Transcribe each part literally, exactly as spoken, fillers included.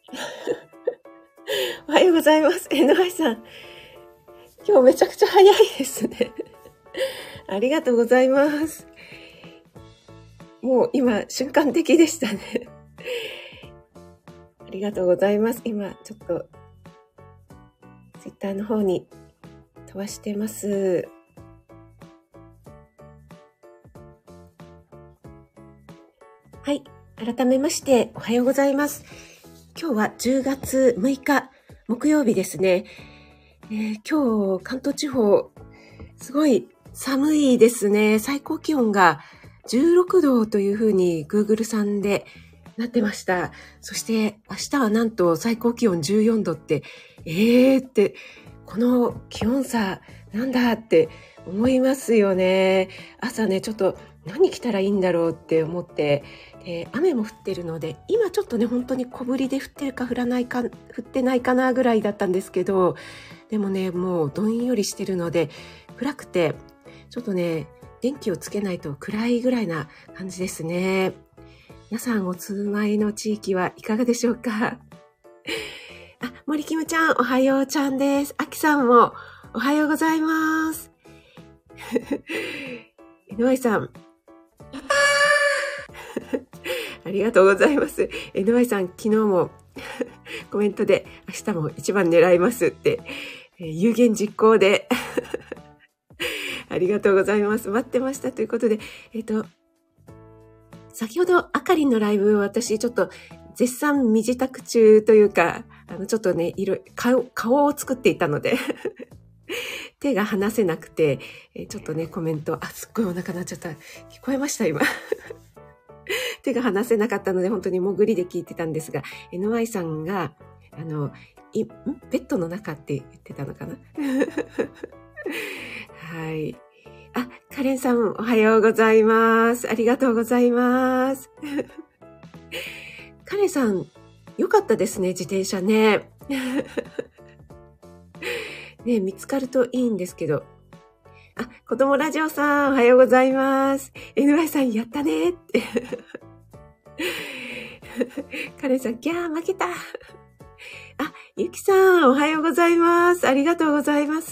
おはようございます。えのはいさん。今日めちゃくちゃ早いですね。ありがとうございます。もう今瞬間的でしたね。ありがとうございます。今ちょっとツイッターの方に飛ばしてます。はい。改めましておはようございます。今日はじゅうがつむいか木曜日ですね。えー、今日関東地方すごい寒いですね。最高気温がじゅうろくどというふうに Google さんでなってました。そして明日はなんと最高気温じゅうよんどって、えーって、この気温差なんだって思いますよね。朝ね、ちょっと何着たらいいんだろうって思って、で雨も降ってるので、今ちょっとね、本当に小降りで降ってるか降らないか、降ってないかなぐらいだったんですけど、でもね、もうどんよりしてるので、暗くて、ちょっとね、電気をつけないと暗いぐらいな感じですね。皆さんお住まいの地域はいかがでしょうか？あ、森キムちゃん、おはようちゃんです。あきさんもおはようございます。井上さん。やったーありがとうございます。井上さん、昨日もコメントで明日も一番狙いますって、えー、有言実行でありがとうございます。待ってましたということで、えっと、先ほどあかりんのライブを私ちょっと絶賛身支度中というか、あのちょっとね、いろ顔、顔を作っていたので手が離せなくて、ちょっとね、コメント、あ、すっごいお腹鳴っちゃった。聞こえました今。手が離せなかったので、本当に潜りで聞いてたんですが、エヌワイ さんが、あの、いんベッドの中って言ってたのかなはい。あ、カレンさん、おはようございます。ありがとうございます。カレンさん、よかったですね、自転車ね。ね、見つかるといいんですけど。あ、子供ラジオさん、おはようございます。エヌワイ さん、やったねって。カレンさん、ギャー、負けた。あ、ゆきさん、おはようございます。ありがとうございます。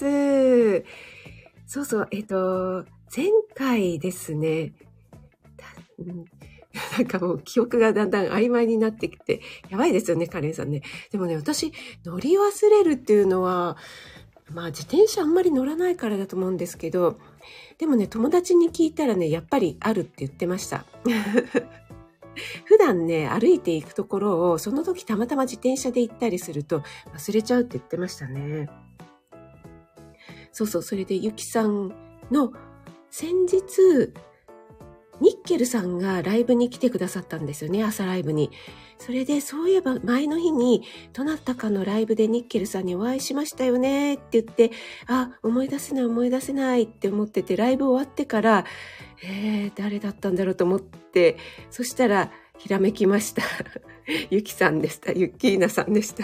そうそう、えっと、前回ですね、なんかもう記憶がだんだん曖昧になってきて、やばいですよね、カレンさんね。でもね、私、乗り忘れるっていうのは、まあ自転車あんまり乗らないからだと思うんですけど、でもね、友達に聞いたらね、やっぱりあるって言ってました。普段ね、歩いていくところを、その時たまたま自転車で行ったりすると忘れちゃうって言ってましたね。そうそう、それでゆきさんの先日、ニッケルさんがライブに来てくださったんですよね、朝ライブに。それで、そういえば前の日に、どなたかのライブでニッケルさんにお会いしましたよねって言って、あ、思い出せない思い出せないって思ってて、ライブ終わってから、えー、誰だったんだろうと思って、そしたら、ひらめきました。ゆきさんでした。ゆっきーなさんでした。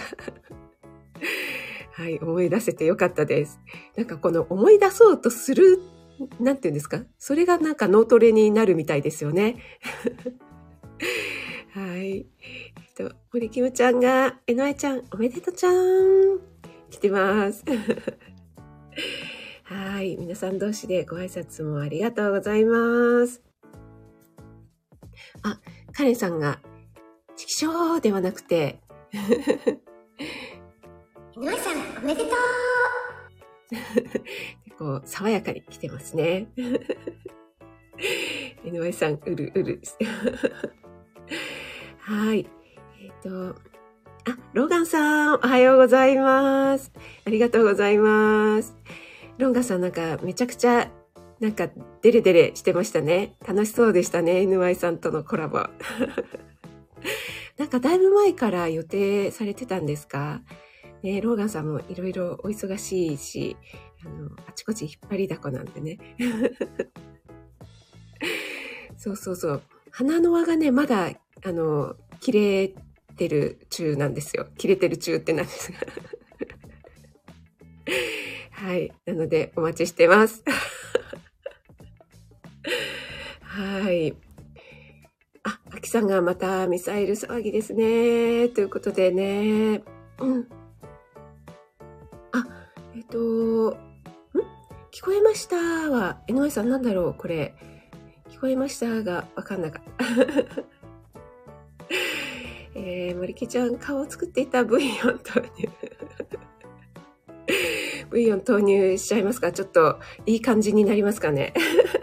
はい、思い出せてよかったです。なんかこの思い出そうとする、なんていうんですか？それがなんか脳トレになるみたいですよね。はい。えっと、森キムちゃんが、えのあいちゃん、おめでとちゃん。来てます。はい。皆さん同士でご挨拶もありがとうございます。あ、カレンさんが、チキショーではなくて、 井上さん、おめでとうこう、爽やかに来てますね。井上さん、うるうる。はい。えっと、あ、ローガンさん、おはようございます。ありがとうございます。ロンガンさんなんかめちゃくちゃ、なんかデレデレしてましたね。楽しそうでしたね。エヌワイ さんとのコラボ。なんかだいぶ前から予定されてたんですかね。ローガンさんもいろいろお忙しいし、あの、あちこち引っ張りだこなんでね。そうそうそう。鼻の輪がね、まだ、あの、切れてる中なんですよ。切れてる中ってなんですが。はい。なので、お待ちしてます。はい。あ、あきさんがまたミサイル騒ぎですね。ということでね。うん。あ、えっと、ん聞こえましたは、江上さんなんだろうこれ。聞こえましたが、わかんなかった。えー、森木ちゃん、顔を作っていたブイヨン投入。ブイヨン投入しちゃいますか？ちょっといい感じになりますかね。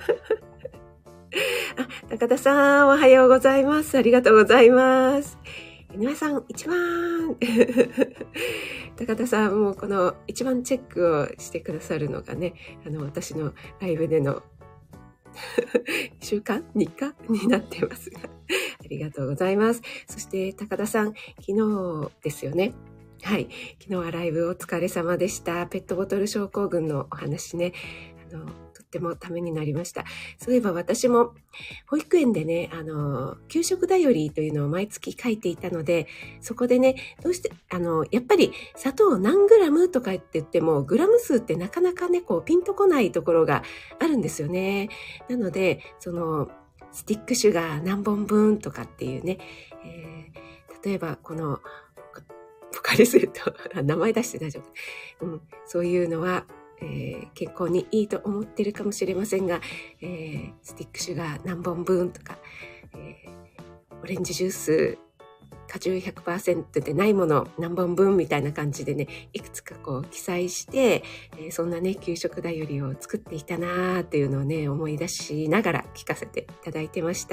あ、高田さん、おはようございます。ありがとうございます。井上さん、一番高田さんもこの一番チェックをしてくださるのがね、あの、私のライブでの習慣日課になってますが、ありがとうございます。そして高田さん、昨日ですよね。はい。昨日はライブお疲れ様でした。ペットボトル症候群のお話ね。あの、とってもためになりました。そういえば私も保育園でね、あの、給食だよりというのを毎月書いていたので、そこでね、どうして、あの、やっぱり砂糖何グラムとかって言っても、グラム数ってなかなかね、こう、ピンとこないところがあるんですよね。なので、その、スティックシュガー何本分とかっていうね、えー、例えばこの、ポカリスエット、名前出して大丈夫。うん、そういうのは、えー、健康にいいと思ってるかもしれませんが、えー、スティックシュガー何本分とか、えー、オレンジジュース果汁 ひゃくパーセント でないもの何本分みたいな感じでね、いくつかこう記載して、えー、そんなね給食だよりを作っていたなーっていうのをね思い出しながら聞かせていただいてました。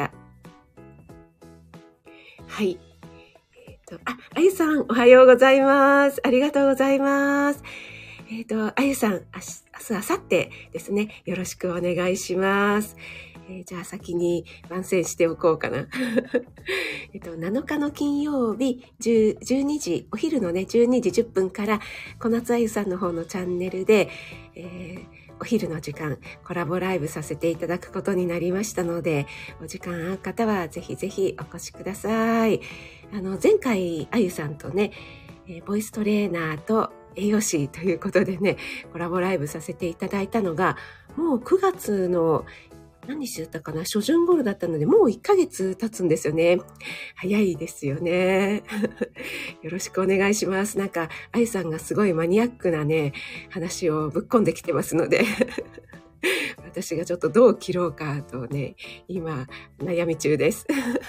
はい。あ、あゆさん、おはようございます。ありがとうございます。えっと、あゆさん、明日、明後日ですね、よろしくお願いします。えー、じゃあ先に番宣しておこうかな。えっと、なのかの金曜日、じゅう、じゅうにじ、お昼のね、じゅうにじじゅっぷんから、小夏あゆさんの方のチャンネルで、えー、お昼の時間、コラボライブさせていただくことになりましたので、お時間ある方はぜひぜひお越しください。あの、前回、あゆさんとね、えー、ボイストレーナーと栄養士ということでね、コラボライブさせていただいたのが、もうくがつの何日だったかな、初旬頃だったので、もういっかげつ経つんですよね。早いですよね。よろしくお願いします。なんか、あゆさんがすごいマニアックなね、話をぶっ込んできてますので、私がちょっとどう切ろうかとね、今、悩み中です。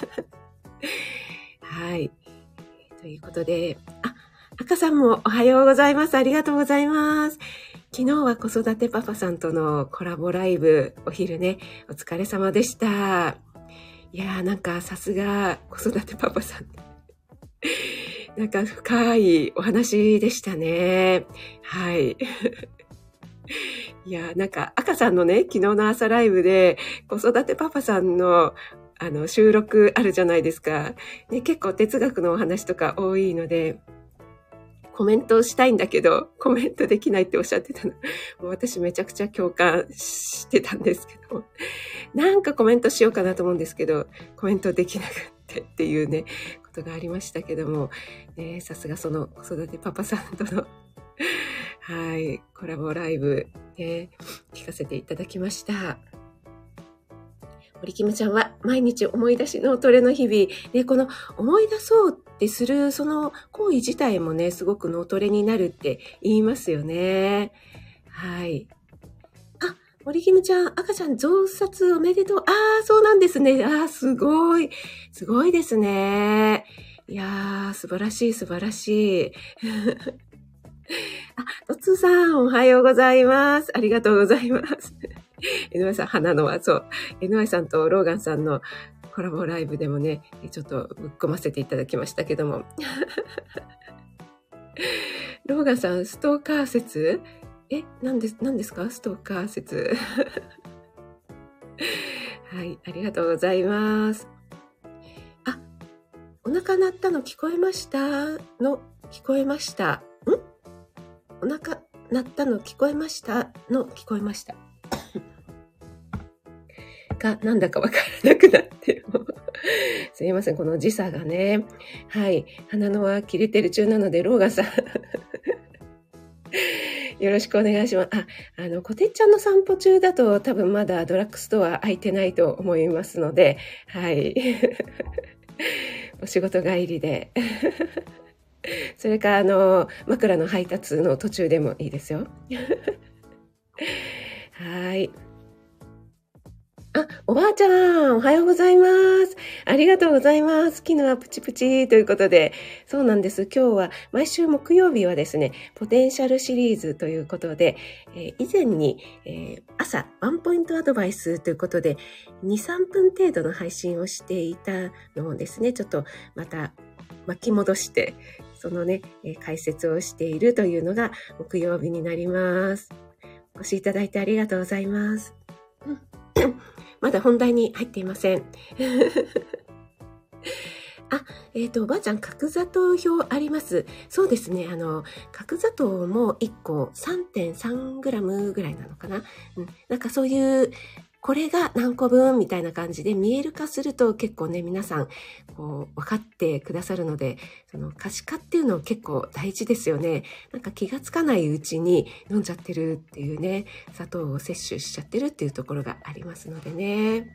はい。ということで、あ、赤さんもおはようございます。ありがとうございます。昨日は子育てパパさんとのコラボライブ、お昼ね、お疲れ様でした。いやーなんかさすが子育てパパさん。なんか深いお話でしたね。はい。いやーなんか赤さんのね、昨日の朝ライブで子育てパパさんのあの収録あるじゃないですか。ね、結構哲学のお話とか多いので、コメントしたいんだけど、コメントできないっておっしゃってたの。もう私めちゃくちゃ共感してたんですけど、なんかコメントしようかなと思うんですけど、コメントできなくてっていうね、ことがありましたけども、ね、さすがその子育てパパさんとの、はい、コラボライブ、ね、聞かせていただきました。森キムちゃんは毎日思い出し脳トレの日々、ね、この思い出そうってするその行為自体もね、すごく脳トレになるって言いますよね。はい。あ、森キムちゃん、赤ちゃん増刷おめでとう。ああ、そうなんですね。ああ、すごい。すごいですね。いやー、素晴らしい、素晴らしい。あ、とつーさん、おはようございます。ありがとうございます。エヌワイさん、花のは、そう。エヌワイさんとローガンさんのコラボライブでもね、ちょっとぶっ込ませていただきましたけども。ローガンさん、ストーカー説？え、何です、何ですか？ストーカー説。はい、ありがとうございます。あ、お腹鳴ったの聞こえましたの、聞こえました。ん？お腹鳴ったの聞こえましたの、聞こえました。がなんだかわからなくなってもすいません、この時差がね、はい、鼻の輪切れてる中なので、ローガンさんよろしくお願いします。あ、あの、こてっちゃんの散歩中だと多分まだドラッグストア開いてないと思いますので、はいお仕事帰りで。それか、あの、枕の配達の途中でもいいですよ。はい。あ、おばあちゃん、おはようございます。ありがとうございます。昨日はプチプチということで、そうなんです。今日は毎週木曜日はですね、ポテンシャルシリーズということで、えー、以前に、えー、朝ワンポイントアドバイスということで、に、さんぷん程度の配信をしていたのをですね、ちょっとまた巻き戻して、そのね、えー、解説をしているというのが木曜日になります。お越しいただいてありがとうございます。まだ本題に入っていません。あ、えっと、おばあちゃん、角砂糖表あります。そうですね。あの、角砂糖もいっこ さんてんさんグラム ぐらいなのかな。うん。なんかそういう、これが何個分みたいな感じで見える化すると結構ね、皆さん、こう、分かってくださるので、その可視化っていうの結構大事ですよね。なんか気がつかないうちに飲んじゃってるっていうね、砂糖を摂取しちゃってるっていうところがありますのでね。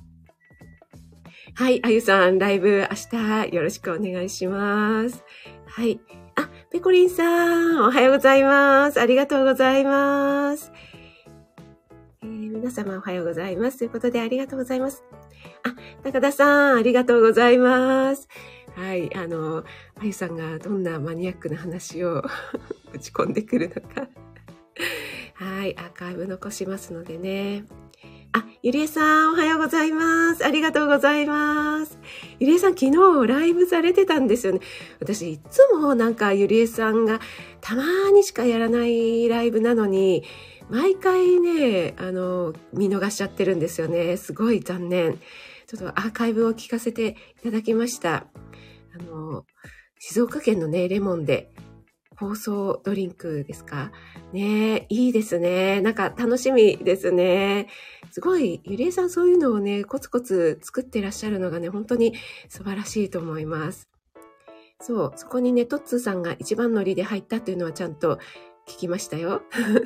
はい、あゆさん、ライブ明日よろしくお願いします。はい。あ、ペコリンさん、おはようございます。ありがとうございます。えー、皆様おはようございます。ということでありがとうございます。あ、高田さん、ありがとうございます。はい、あの、あゆさんがどんなマニアックな話を打ち込んでくるのか。はい、アーカイブ残しますのでね。あ、ゆりえさん、おはようございます。ありがとうございます。ゆりえさん、昨日ライブされてたんですよね。私、いつもなんかゆりえさんがたまにしかやらないライブなのに、毎回ね、あの、見逃しちゃってるんですよね。すごい残念。ちょっとアーカイブを聞かせていただきました。あの、静岡県のね、レモンで、放送ドリンクですかね。いいですね。なんか楽しみですね。すごい、ゆりえさんそういうのをね、コツコツ作ってらっしゃるのがね、本当に素晴らしいと思います。そう、そこにね、トッツーさんが一番乗りで入ったっていうのはちゃんと聞きましたよ。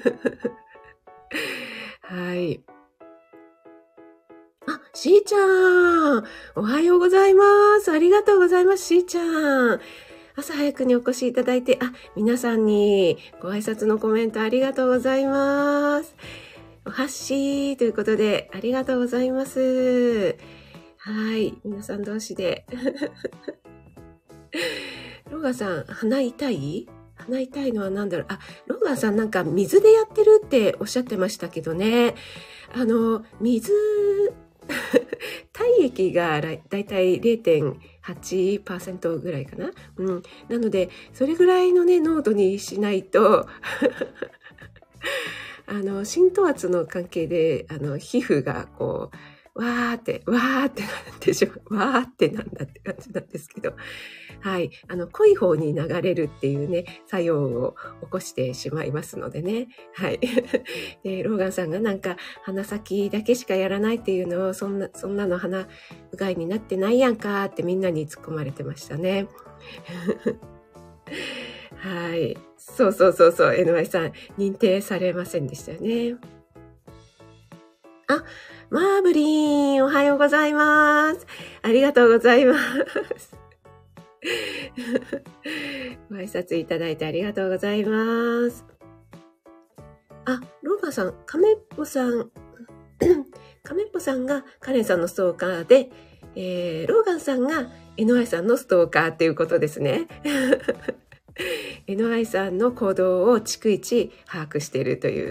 はい。あ、しーちゃん、おはようございます。ありがとうございます、しーちゃん。朝早くにお越しいただいて、あ、皆さんにご挨拶のコメントありがとうございます。おはっしーということで、ありがとうございます。はい、皆さん同士で。ローガンさん、鼻痛い？鼻痛いのは何だろう？あ、ローガンさんなんか水でやってるっておっしゃってましたけどね。あの、水、体液がだいたい れいてんはちパーセント ぐらいかな。うん。なので、それぐらいのね、濃度にしないと、あの、浸透圧の関係で、あの、皮膚がこう、わーって、わーってなんでしょう。わーってなんだって感じなんですけど。はい。あの、濃い方に流れるっていうね、作用を起こしてしまいますのでね。はい。で、ローガンさんがなんか、鼻先だけしかやらないっていうのを、そんな、そんなの鼻うがいになってないやんかってみんなに突っ込まれてましたね。はい。そうそうそうそう、エヌワイ さん、認定されませんでしたよね。あ、マーブリン、おはようございます。ありがとうございます。ご挨拶いただいてありがとうございます。あ、ローガンさん、カメッポさん、カメッポさんがカレンさんのストーカーで、えー、ローガンさんが エヌワイ さんのストーカーっていうことですね。エヌワイ さんの行動を逐一把握しているという。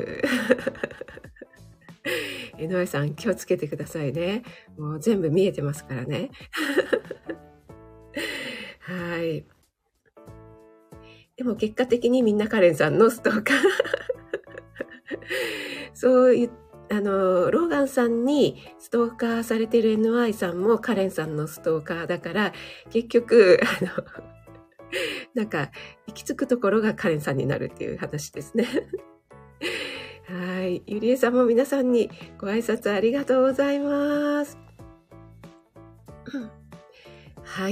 エヌワイ さん気をつけてくださいね。もう全部見えてますからね。はい。でも結果的にみんなカレンさんのストーカー。そういう、あの、ローガンさんにストーカーされてる エヌワイ さんもカレンさんのストーカーだから、結局、あの、なんか、行き着くところがカレンさんになるっていう話ですね。はい。ゆりえさんも皆さんにご挨拶ありがとうございます。はい。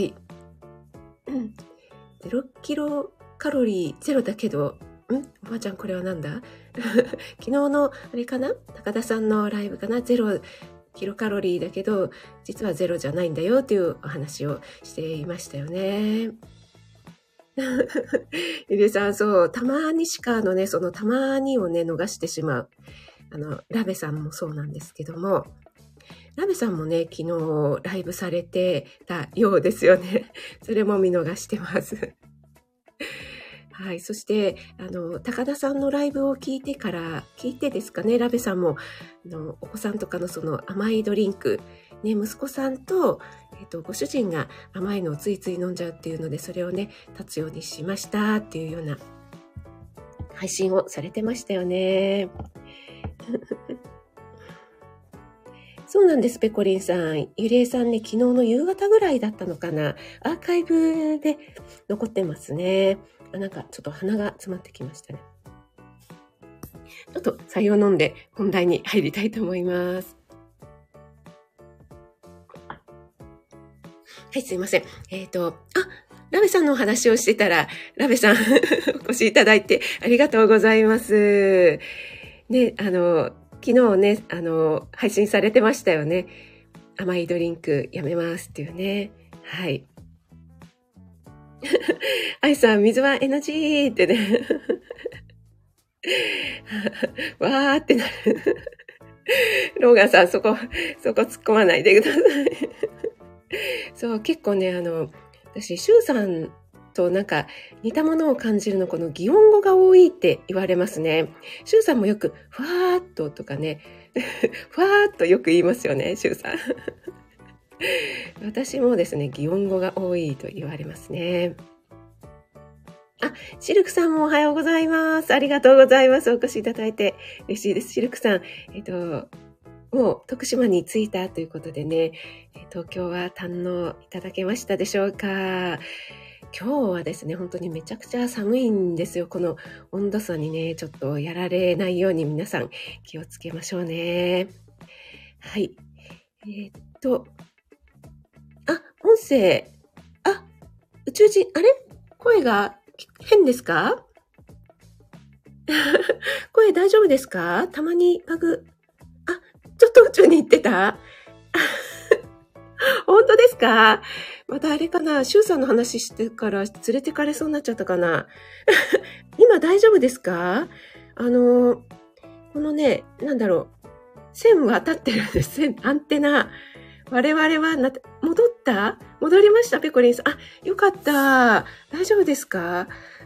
ゼロキロカロリーゼロだけど、んおばあちゃんこれはなんだ昨日のあれかな高田さんのライブかなゼロキロカロリーだけど、実はゼロじゃないんだよというお話をしていましたよね。ゆりえさん、そう、たまにしかのね、そのたまにをね、逃してしまう。あの、ラベさんもそうなんですけども、ラベさんもね、昨日ライブされてたようですよね。それも見逃してます。はい。そして、あの、高田さんのライブを聞いてから、聞いてですかね、ラベさんも、あの、お子さんとかのその甘いドリンク、ね、息子さんと、えっと、ご主人が甘いのをついつい飲んじゃうっていうので、それをね、断つようにしましたっていうような配信をされてましたよね。そうなんです、ペコリンさん。ゆりえさんね、昨日の夕方ぐらいだったのかな。アーカイブで残ってますね。あ、なんかちょっと鼻が詰まってきましたね。ちょっと白湯を飲んで本題に入りたいと思います。はい、すいません。えっと、あ、ラベさんのお話をしてたら、ラベさんお越しいただいてありがとうございます。ね、あの、昨日ね、あの、配信されてましたよね。甘いドリンクやめますっていうね。はい。アイさん、水はエナジーってね。わーってなる。ローガンさん、そこ、そこ突っ込まないでください。そう、結構ね、あの、私、シュウさんとなんか似たものを感じるの、この擬音語が多いって言われますね。シュウさんもよく、ふわーっととかね、ふわーっとよく言いますよね、シュウさん。私もですね、擬音語が多いと言われますね。あ、シルクさんもおはようございます。ありがとうございます。お越しいただいて嬉しいです。シルクさん、えっと、もう徳島に着いたということでね、東京は堪能いただけましたでしょうか。今日はですね、本当にめちゃくちゃ寒いんですよ。この温度差にね、ちょっとやられないように皆さん気をつけましょうね。はい。えー、っと、あ、音声、あ、宇宙人、あれ？声が変ですか？声大丈夫ですか？たまにバグ、あ、ちょっと宇宙に行ってた？本当ですか？またあれかな、シュウさんの話してから連れてかれそうになっちゃったかな。今大丈夫ですか？あの、このね、なんだろう、線は当たってるんです。線、アンテナ。我々はな、戻った戻りましたペコリンさん。あ、よかった。大丈夫ですか？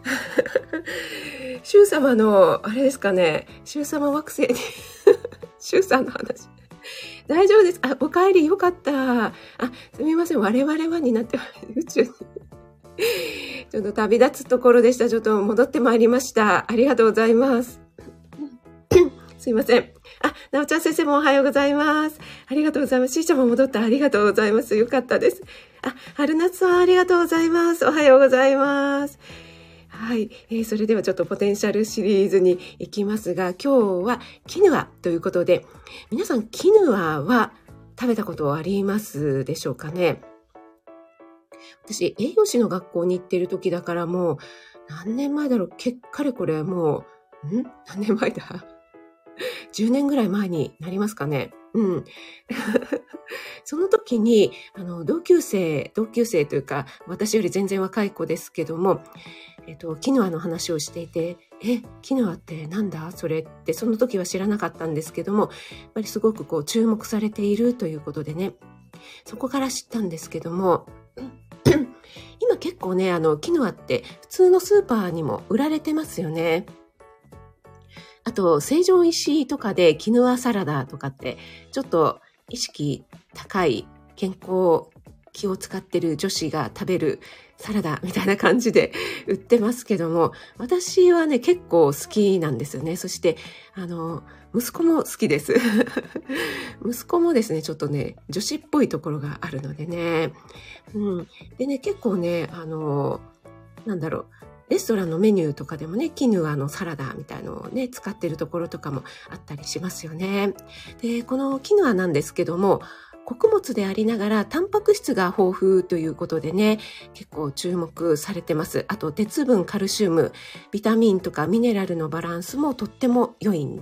シュウ様の、あれですかね、シュウ様惑星に、シュウさんの話。大丈夫です。あ、お帰りよかった。あ、すみません。我々はになって宇宙に。ちょっと旅立つところでした。ちょっと戻ってまいりました。ありがとうございます。すいません。あ、なおちゃん先生もおはようございます。ありがとうございます。しーちゃんも戻った。ありがとうございます。よかったです。あ、春夏さんありがとうございます。おはようございます。はい、えー。それではちょっとポテンシャルシリーズに行きますが、今日はキヌアということで、皆さんキヌアは食べたことありますでしょうかね。私、栄養士の学校に行ってる時だからもう、何年前だろう、けっかれこれもう、ん何年前だじゅうねんぐらい前になりますかね。うん。その時に、あの、同級生、同級生というか、私より全然若い子ですけども、えっと、キヌアの話をしていて、え、キヌアってなんだそれって、その時は知らなかったんですけども、やっぱりすごくこう注目されているということでね、そこから知ったんですけども、今結構ね、あの、キヌアって普通のスーパーにも売られてますよね。あと、成城石井とかでキヌアサラダとかって、ちょっと意識高い健康気を使ってる女子が食べるサラダみたいな感じで売ってますけども、私はね、結構好きなんですよね。そして、あの、息子も好きです。息子もですね、ちょっとね、女子っぽいところがあるのでね。うん。でね、結構ね、あの、なんだろう、レストランのメニューとかでもね、キヌアのサラダみたいのをね、使ってるところとかもあったりしますよね。で、このキヌアなんですけども、穀物でありながらタンパク質が豊富ということでね、結構注目されてます。あと鉄分、カルシウム、ビタミンとかミネラルのバランスもとっても良いん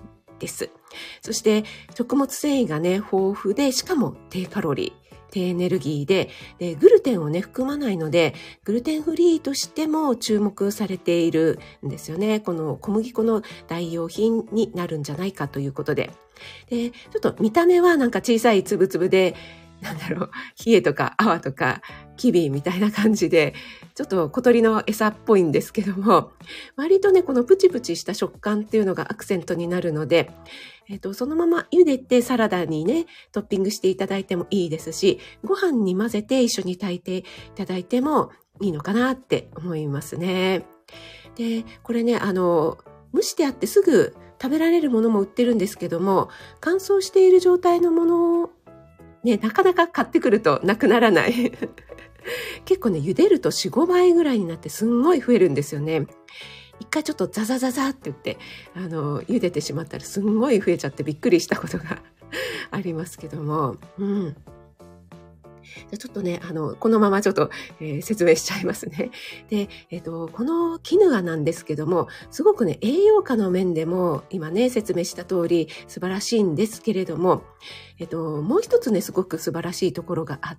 です。そして食物繊維がね、豊富で、しかも低カロリー。低エネルギーで、で、グルテンをね、含まないので、グルテンフリーとしても注目されているんですよね。この小麦粉の代用品になるんじゃないかということで。で、ちょっと見た目はなんか小さいつぶつぶで、なんだろう、冷えとか泡とかキビみたいな感じで、ちょっと小鳥の餌っぽいんですけども、割とね、このプチプチした食感っていうのがアクセントになるので、えっと、そのまま茹でてサラダにね、トッピングしていただいてもいいですし、ご飯に混ぜて一緒に炊いていただいてもいいのかなって思いますね。で、これね、あの、蒸してあってすぐ食べられるものも売ってるんですけども、乾燥している状態のものをね、なかなか買ってくるとなくならない。結構ね、茹でるとよん、ごばいぐらいになってすんごい増えるんですよね。一回ちょっとザザザザって言って、あの、茹でてしまったらすんごい増えちゃってびっくりしたことがありますけども、うん。ちょっとね、あの、このままちょっと、えー、説明しちゃいますね。で、えっと、このキヌアなんですけども、すごくね、栄養価の面でも、今ね、説明した通り素晴らしいんですけれども、えっと、もう一つね、すごく素晴らしいところがあって、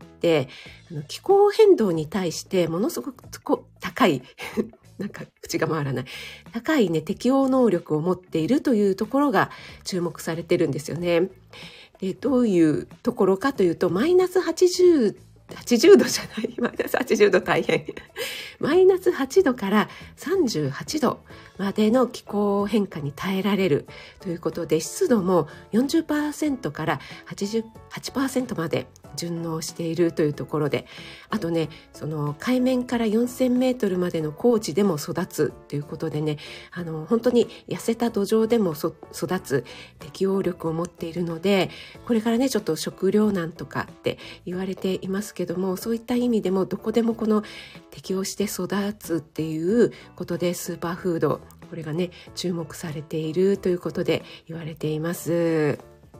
あの気候変動に対してものすごく高い、なんか口が回らない、高いね、適応能力を持っているというところが注目されてるんですよね。で、どういうところかというと、マイナスはちじゅう、はちじゅうどじゃない、マイナスはちじゅうど大変。マイナスはちどからさんじゅうはちどまでの気候変化に耐えられるということで、湿度も よんじゅっパーセント から はちじゅうはちパーセント まで順応しているというところで、あとね、その海面からよんせんメートルまでの高地でも育つということでね、あの本当に痩せた土壌でも育つ適応力を持っているので、これからね、ちょっと食糧難とかって言われていますけども、そういった意味でもどこでもこの適応して育つっていうことで、スーパーフード、これがね、注目されているということで言われています。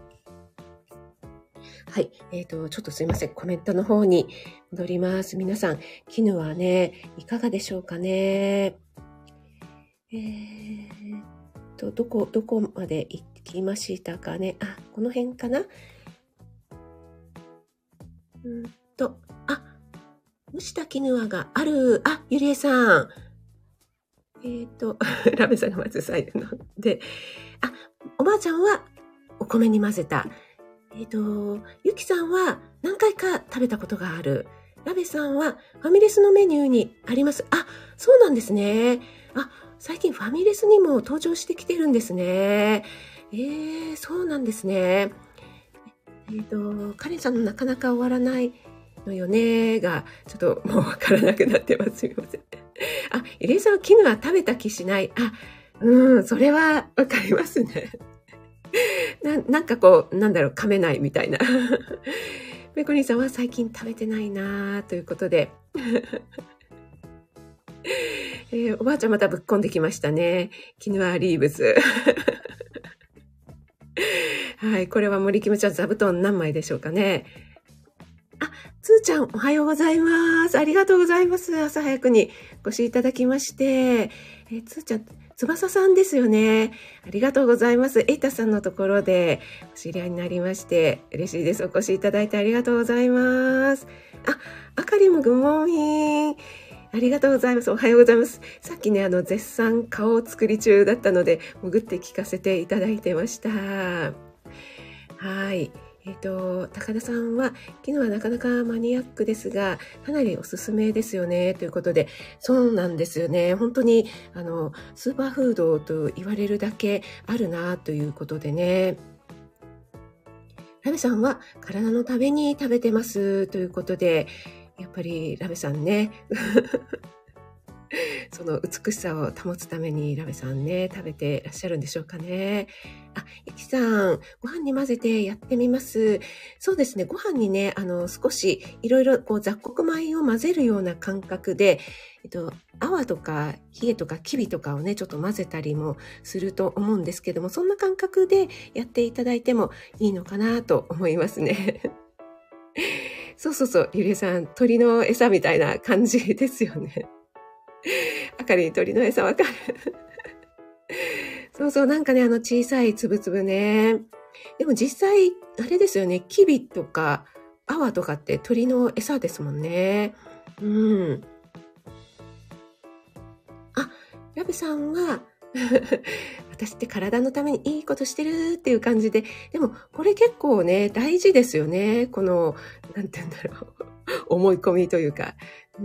はい。えっと、ちょっとすいません。コメントの方に戻ります。皆さん、キヌアね、いかがでしょうかね。えーと、どこ、どこまで行きましたかね。あ、この辺かな。うんと、あ、蒸したキヌアがある。あ、ゆりえさん。えっと、ラメさんがまず最後ので、あ、おばあちゃんはお米に混ぜた。えっと、ゆきさんは何回か食べたことがある。ラベさんはファミレスのメニューにあります。あ、そうなんですね。あ、最近ファミレスにも登場してきてるんですね。えー、そうなんですね。えっと、カレンさんのなかなか終わらないのよねが、ちょっともうわからなくなってます。すみません。あ、ゆりえさんは絹は食べた気しない。あ、うん、それはわかりますね。な, なんかこう、なんだろう、噛めないみたいな。ペコリンさんは最近食べてないなということで。えー、おばあちゃんまたぶっこんできましたね。キヌアリーブス。はい、これは森キムちゃん座布団何枚でしょうかね。あ、つーちゃんおはようございます。ありがとうございます。朝早くにお越しいただきまして。えー、つーちゃん、翼さんですよね。ありがとうございます。エイタさんのところでお知り合いになりまして、嬉しいです。お越しいただいてありがとうございます。あ、あかりもグモーミン。ありがとうございます。おはようございます。さっきね、あの、絶賛顔を作り中だったので、潜って聞かせていただいてました。はい。えっと、高田さんは、昨日はなかなかマニアックですが、かなりおすすめですよね、ということで、そうなんですよね。本当に、あの、スーパーフードと言われるだけあるな、ということでね。ラベさんは、体のために食べてます、ということで、やっぱりラベさんね、その美しさを保つためにラベさんね、食べてらっしゃるんでしょうかね。あ、ゆきさん、ご飯に混ぜてやってみます。そうですね、ご飯にね、あの、少しいろいろこう雑穀米を混ぜるような感覚で、えっと、泡とか冷えとかきびとかをね、ちょっと混ぜたりもすると思うんですけども、そんな感覚でやっていただいてもいいのかなと思いますね。そうそうそう、ゆりえさん、鳥の餌みたいな感じですよね。あかり、鳥の餌わかる。 そうそう、なんかね、あの小さいつぶつぶね。でも実際、あれですよね、キビとか、アワとかって鳥の餌ですもんね。うん。あ、ラブさんは、私って体のためにいいことしてるっていう感じで、でもこれ結構ね、大事ですよね。この、なんて言うんだろう。思い込みというか。うん。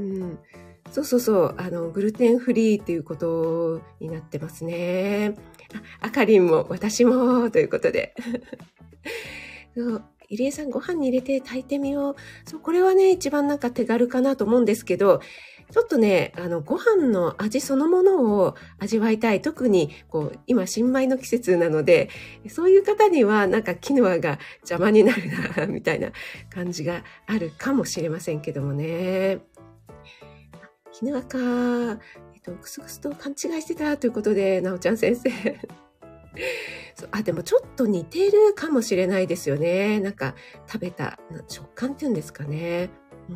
そうそうそう。あの、グルテンフリーっていうことになってますね。あ、あかりんも私もということで。そう、入江さんご飯に入れて炊いてみよう。そう、これはね、一番なんか手軽かなと思うんですけど、ちょっとね、あの、ご飯の味そのものを味わいたい。特に、こう、今、新米の季節なので、そういう方には、なんか、キヌアが邪魔になるな、みたいな感じがあるかもしれませんけどもね。キヌアか、えっと、クスクスと勘違いしてたということで、なおちゃん先生。そうあ、でもちょっと似てるかもしれないですよね。なんか、食べた食感っていうんですかね。うん。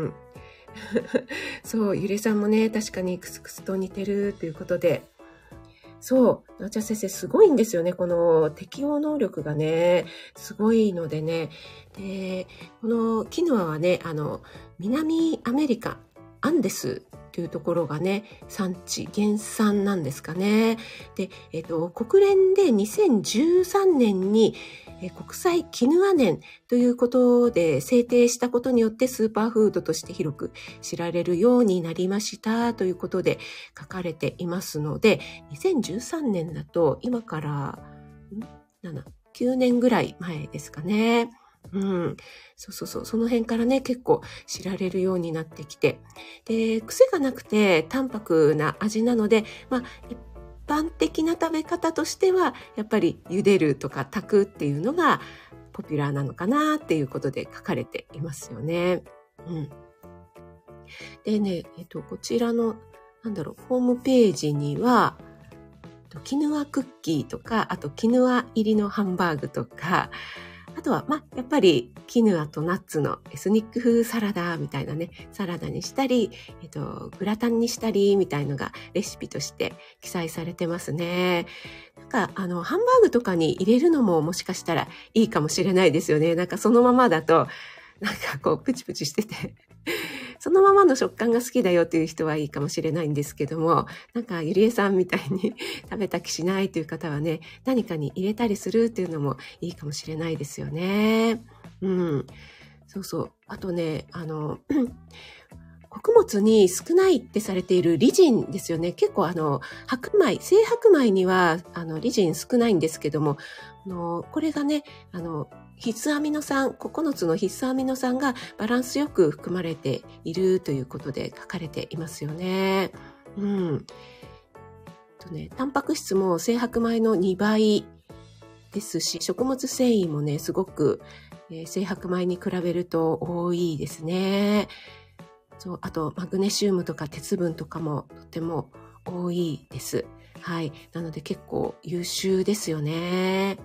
そう、ゆりさんもね、確かにクスクスと似てるということで。そう、なおちゃん先生すごいんですよね。この適応能力がね、すごいのでね。で、このキヌアはね、あの、南アメリカ、アンデスというところがね、産地、原産なんですかね。で、えっと、国連でにせんじゅうさんねんに、え国際キヌア年ということで制定したことによってスーパーフードとして広く知られるようになりましたということで書かれていますので、にせんじゅうさんねんだと今からなな、きゅうねんぐらい前ですかね。うん。そうそうそう。その辺からね、結構知られるようになってきて。で、癖がなくて淡白な味なので、まあ、一般的な食べ方としては、やっぱり茹でるとか炊くっていうのがポピュラーなのかなっていうことで書かれていますよね。うん。でね、えっと、こちらの、なんだろう、ホームページには、キヌアクッキーとか、あとキヌア入りのハンバーグとか、あとは、まあ、やっぱり、キヌアとナッツのエスニック風サラダみたいなね、サラダにしたり、えっと、グラタンにしたり、みたいのがレシピとして記載されてますね。なんか、あの、ハンバーグとかに入れるのももしかしたらいいかもしれないですよね。なんかそのままだと、なんかこう、プチプチしてて、そのままの食感が好きだよっていう人はいいかもしれないんですけども、なんかゆりえさんみたいに食べた気しないという方はね、何かに入れたりするっていうのもいいかもしれないですよね。うん。そうそう。あとね、あの、穀物に少ないってされているリジンですよね。結構あの、白米、精白米にはあのリジン少ないんですけども、あのこれがね、あの、必須アミノ酸、ここのつの必須アミノ酸がバランスよく含まれているということで書かれていますよね。うん。とね、タンパク質も精白米のにばいですし、食物繊維もね、すごく、えー、精白米に比べると多いですね。そう、あとマグネシウムとか鉄分とかもとても多いです。はい。なので結構優秀ですよね。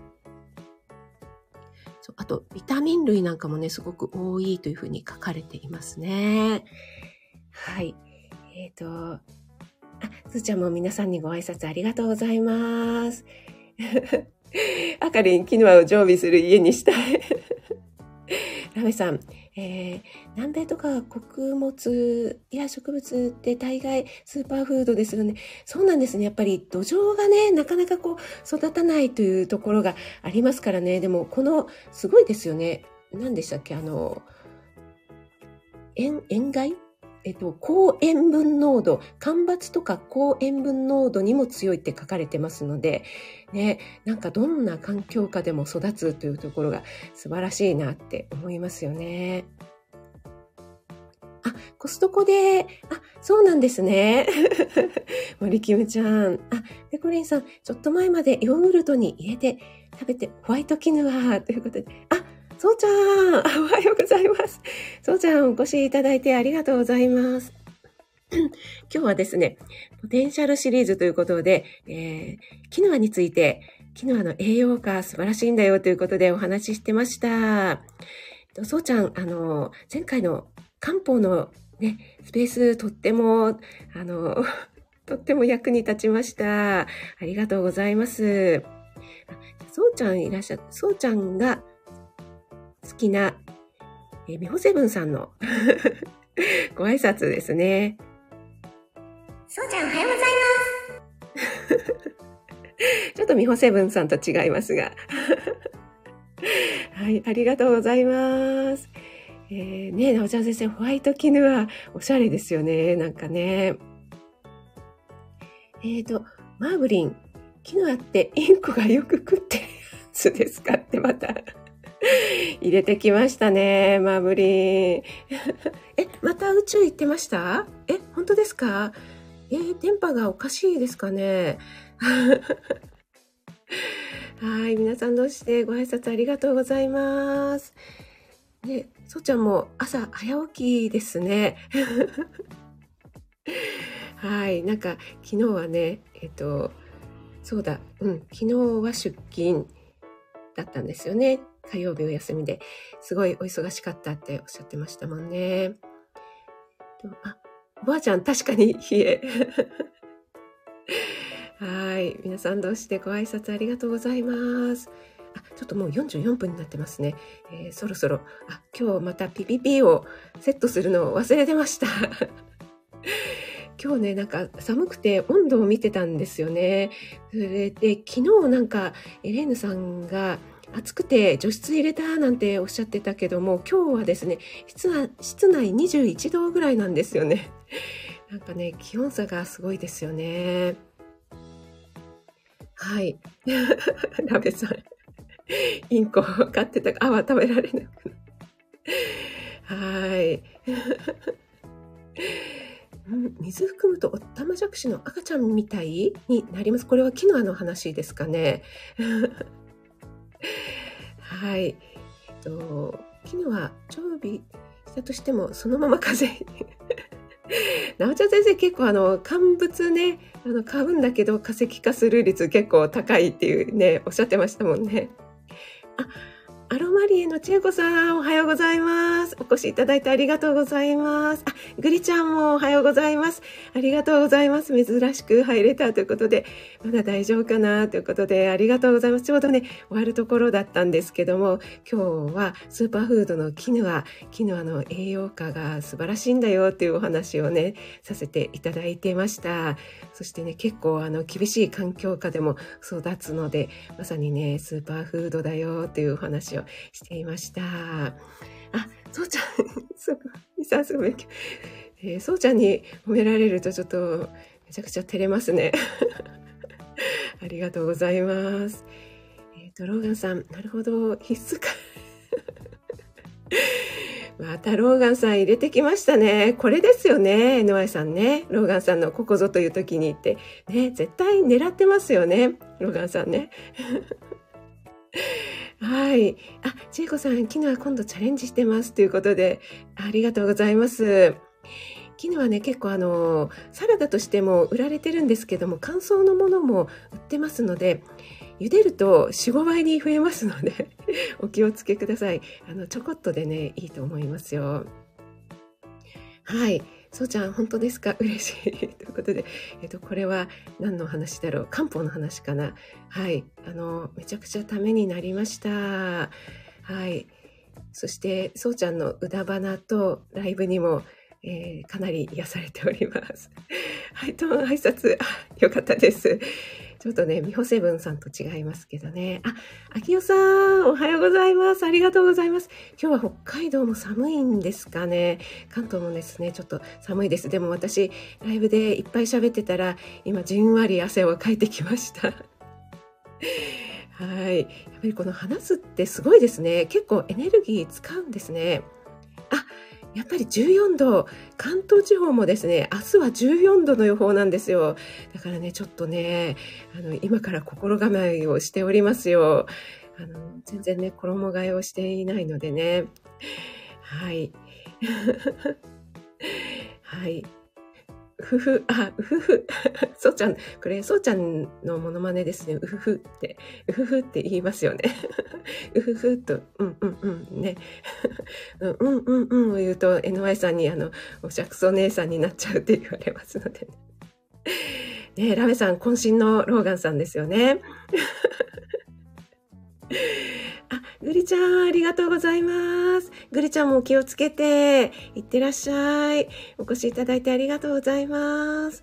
そう、あとビタミン類なんかもね、すごく多いというふうに書かれていますね。はい。えっと、あ、すーちゃんも皆さんにご挨拶ありがとうございます。あかりん、キヌアを常備する家にしたい。ラメさん、えー、南米とか穀物や植物って大概スーパーフードですよね。そうなんですね。やっぱり土壌がね、なかなかこう育たないというところがありますからね。でもこの、すごいですよね。何でしたっけ、あの、塩、塩害えっと、高塩分濃度、干ばつとか高塩分濃度にも強いって書かれてますので、ね、なんかどんな環境下でも育つというところが素晴らしいなって思いますよね。あ、コストコで、あ、そうなんですね。森キムちゃん。あ、ペコリンさん、ちょっと前までヨーグルトに入れて食べてホワイトキヌアということで、あ、そうちゃん、おはようございます。そうちゃん、お越しいただいてありがとうございます。今日はですね、ポテンシャルシリーズということで、えー、キヌアについて、キヌアの栄養価素晴らしいんだよということでお話ししてました。そうちゃん、あの、前回の漢方のね、スペースとっても、あの、 とっても役に立ちました。ありがとうございます。そうちゃんいらっしゃ、そうちゃんが好きな、えー、みほセブンさんのご挨拶ですね。 そうちゃんおはようございます。 ちょっとみほセブンさんと違いますが。はい、ありがとうございます。えー、ね、なおちゃん先生、ホワイト絹はおしゃれですよね。なんかね。えーと、マーブリン、絹はってインコがよく食ってるやつですかってまた入れてきましたね、マーブリン。え、また宇宙行ってました？え、本当ですか？えー、電波がおかしいですかね。はい、皆さんどうしてご挨拶ありがとうございます。ね、そうちゃんも朝早起きですね。はい、なんか昨日はね、えっと、そうだ、うん、昨日は出勤だったんですよね。火曜日お休みで。すごいお忙しかったっておっしゃってましたもんね。あ、おばあちゃん確かに冷え。はい。皆さんどうしてご挨拶ありがとうございます。あ、ちょっともうよんじゅうよんぷんになってますね。えー、そろそろ、あ、今日またピピピをセットするのを忘れてました。今日ね、なんか寒くて温度を見てたんですよね。それで、昨日なんかエレーヌさんが暑くて除湿入れたなんておっしゃってたけども、今日はですね、室内、室内にじゅういちどぐらいなんですよね。なんかね、気温差がすごいですよね。はい。ラベさん。インコを飼ってたあは食べられなくはい。水含むとオタマジャクシの赤ちゃんみたいになります。これはキヌアの話ですかね。はい。えっと、キヌア常備したとしてもそのまま風邪。なおちゃん先生結構あの乾物ね、あの買うんだけど化石化する率結構高いっていうね、おっしゃってましたもんね。あ、アロマリエの千恵子さん、おはようございます。お越しいただいてありがとうございます。あ、グリちゃんもおはようございます。ありがとうございます。珍しく入れたということで、まだ大丈夫かなということで、ありがとうございます。ちょうどね、終わるところだったんですけども、今日はスーパーフードのキヌア、キヌアの栄養価が素晴らしいんだよっていうお話をね、させていただいてました。そしてね、結構あの厳しい環境下でも育つので、まさにね、スーパーフードだよっていうお話をしていました。あ、そうちゃん、すごい、さすが勉強。えー、そうちゃんに褒められるとちょっとめちゃくちゃ照れますね。ありがとうございます。えっと、ローガンさん、なるほど、必須か。またローガンさん入れてきましたね。これですよね、エヌワイ さんね。ローガンさんのここぞという時に言って。ね、絶対狙ってますよね、ローガンさんね。はい。あ、ちえこさん、キヌア今度チャレンジしてますということで、ありがとうございます。キヌアね、結構あの、サラダとしても売られてるんですけども、乾燥のものも売ってますので、茹でるとよん、ごばいに増えますので、お気をつけください。あの、ちょこっとでね、いいと思いますよ。はい。そうちゃん、本当ですか？嬉しい。ということで、えっと、これは何の話だろう？漢方の話かな？はい。あの、めちゃくちゃためになりました。はい。そして、そうちゃんのうだばなとライブにも、えー、かなり癒されております。はい、と挨拶、あ、よかったです。ちょっとね、みほセブンさんと違いますけどね。あ、あきよさん、おはようございます。ありがとうございます。今日は北海道も寒いんですかね。関東もですね、ちょっと寒いです。でも私、ライブでいっぱい喋ってたら、今、じんわり汗をかいてきました。はい。やっぱりこの話すってすごいですね。結構エネルギー使うんですね。あ、やっぱりじゅうよんど、関東地方もですね、明日はじゅうよんどの予報なんですよ。だからね、ちょっとね、あの、今から心構えをしておりますよ。あの、全然ね、衣替えをしていないのでね。はい。はい。うふふ、あ、うふふ。そうちゃん、これ、そうちゃんのモノマネですね。うふふって、うふふって言いますよね。うふふと、うんうんうんね。うんうんうんうんを言うと、エヌワイ さんに、あの、おしゃくそ姉さんになっちゃうって言われますので、ね。 ね、ラメさん、渾身のローガンさんですよね。あ、グリちゃん、ありがとうございます。グリちゃんも気をつけて、いってらっしゃい。お越しいただいてありがとうございます。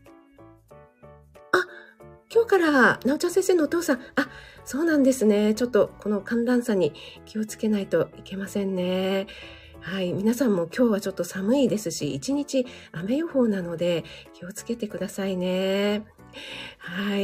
あ、今日から、なおちゃん先生のお父さん、あ、そうなんですね。ちょっとこの寒暖差に気をつけないといけませんね。はい。皆さんも今日はちょっと寒いですし、一日雨予報なので気をつけてくださいね。はい。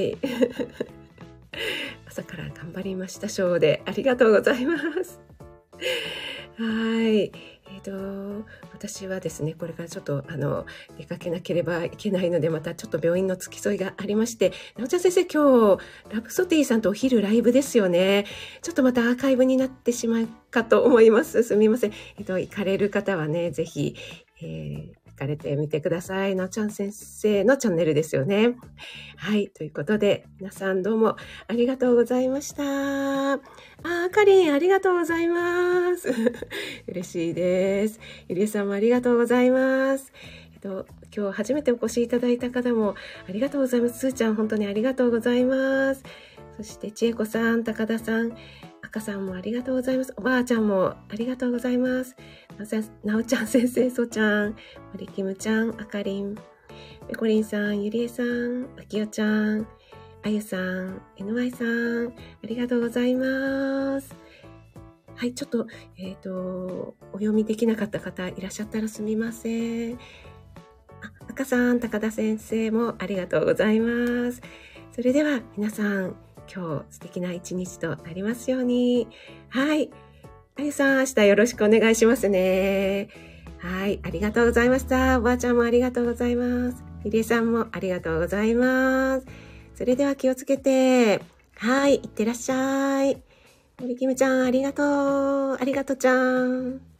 朝から頑張りましたショーでありがとうございます。はい。えっと、私はですね、これからちょっとあの出かけなければいけないので、またちょっと病院の付き添いがありまして、なおちゃん先生、今日ラプソディさんとお昼ライブですよね。ちょっとまたアーカイブになってしまうかと思います。すみません。えっと、行かれる方はね、ぜひ、えー行かれてみてください。なおちゃん先生のチャンネルですよね。はい。ということで、皆さんどうもありがとうございました。あー、かりん、ありがとうございます。嬉しいです。ゆりえさんもありがとうございます。えっと、今日初めてお越しいただいた方もありがとうございます。すーちゃん、本当にありがとうございます。そして、ちえこさん、高田さん、赤さんもありがとうございます。おばあちゃんもありがとうございます。なおちゃん先生、そちゃん、森きむちゃん、あかりん、ペコリンさん、ゆりえさん、あきよちゃん、あゆさん、エヌワイ さん、ありがとうございます。はい、ちょっと、えっと、お読みできなかった方いらっしゃったらすみません。あ、赤さん、高田先生もありがとうございます。それでは皆さん、今日素敵な一日となりますように。はい。あゆさん、明日よろしくお願いしますね。はい。ありがとうございました。おばあちゃんもありがとうございます。ひりえさんもありがとうございます。それでは気をつけて。はい。いってらっしゃい。森きむちゃん、ありがとう。ありがとうちゃん。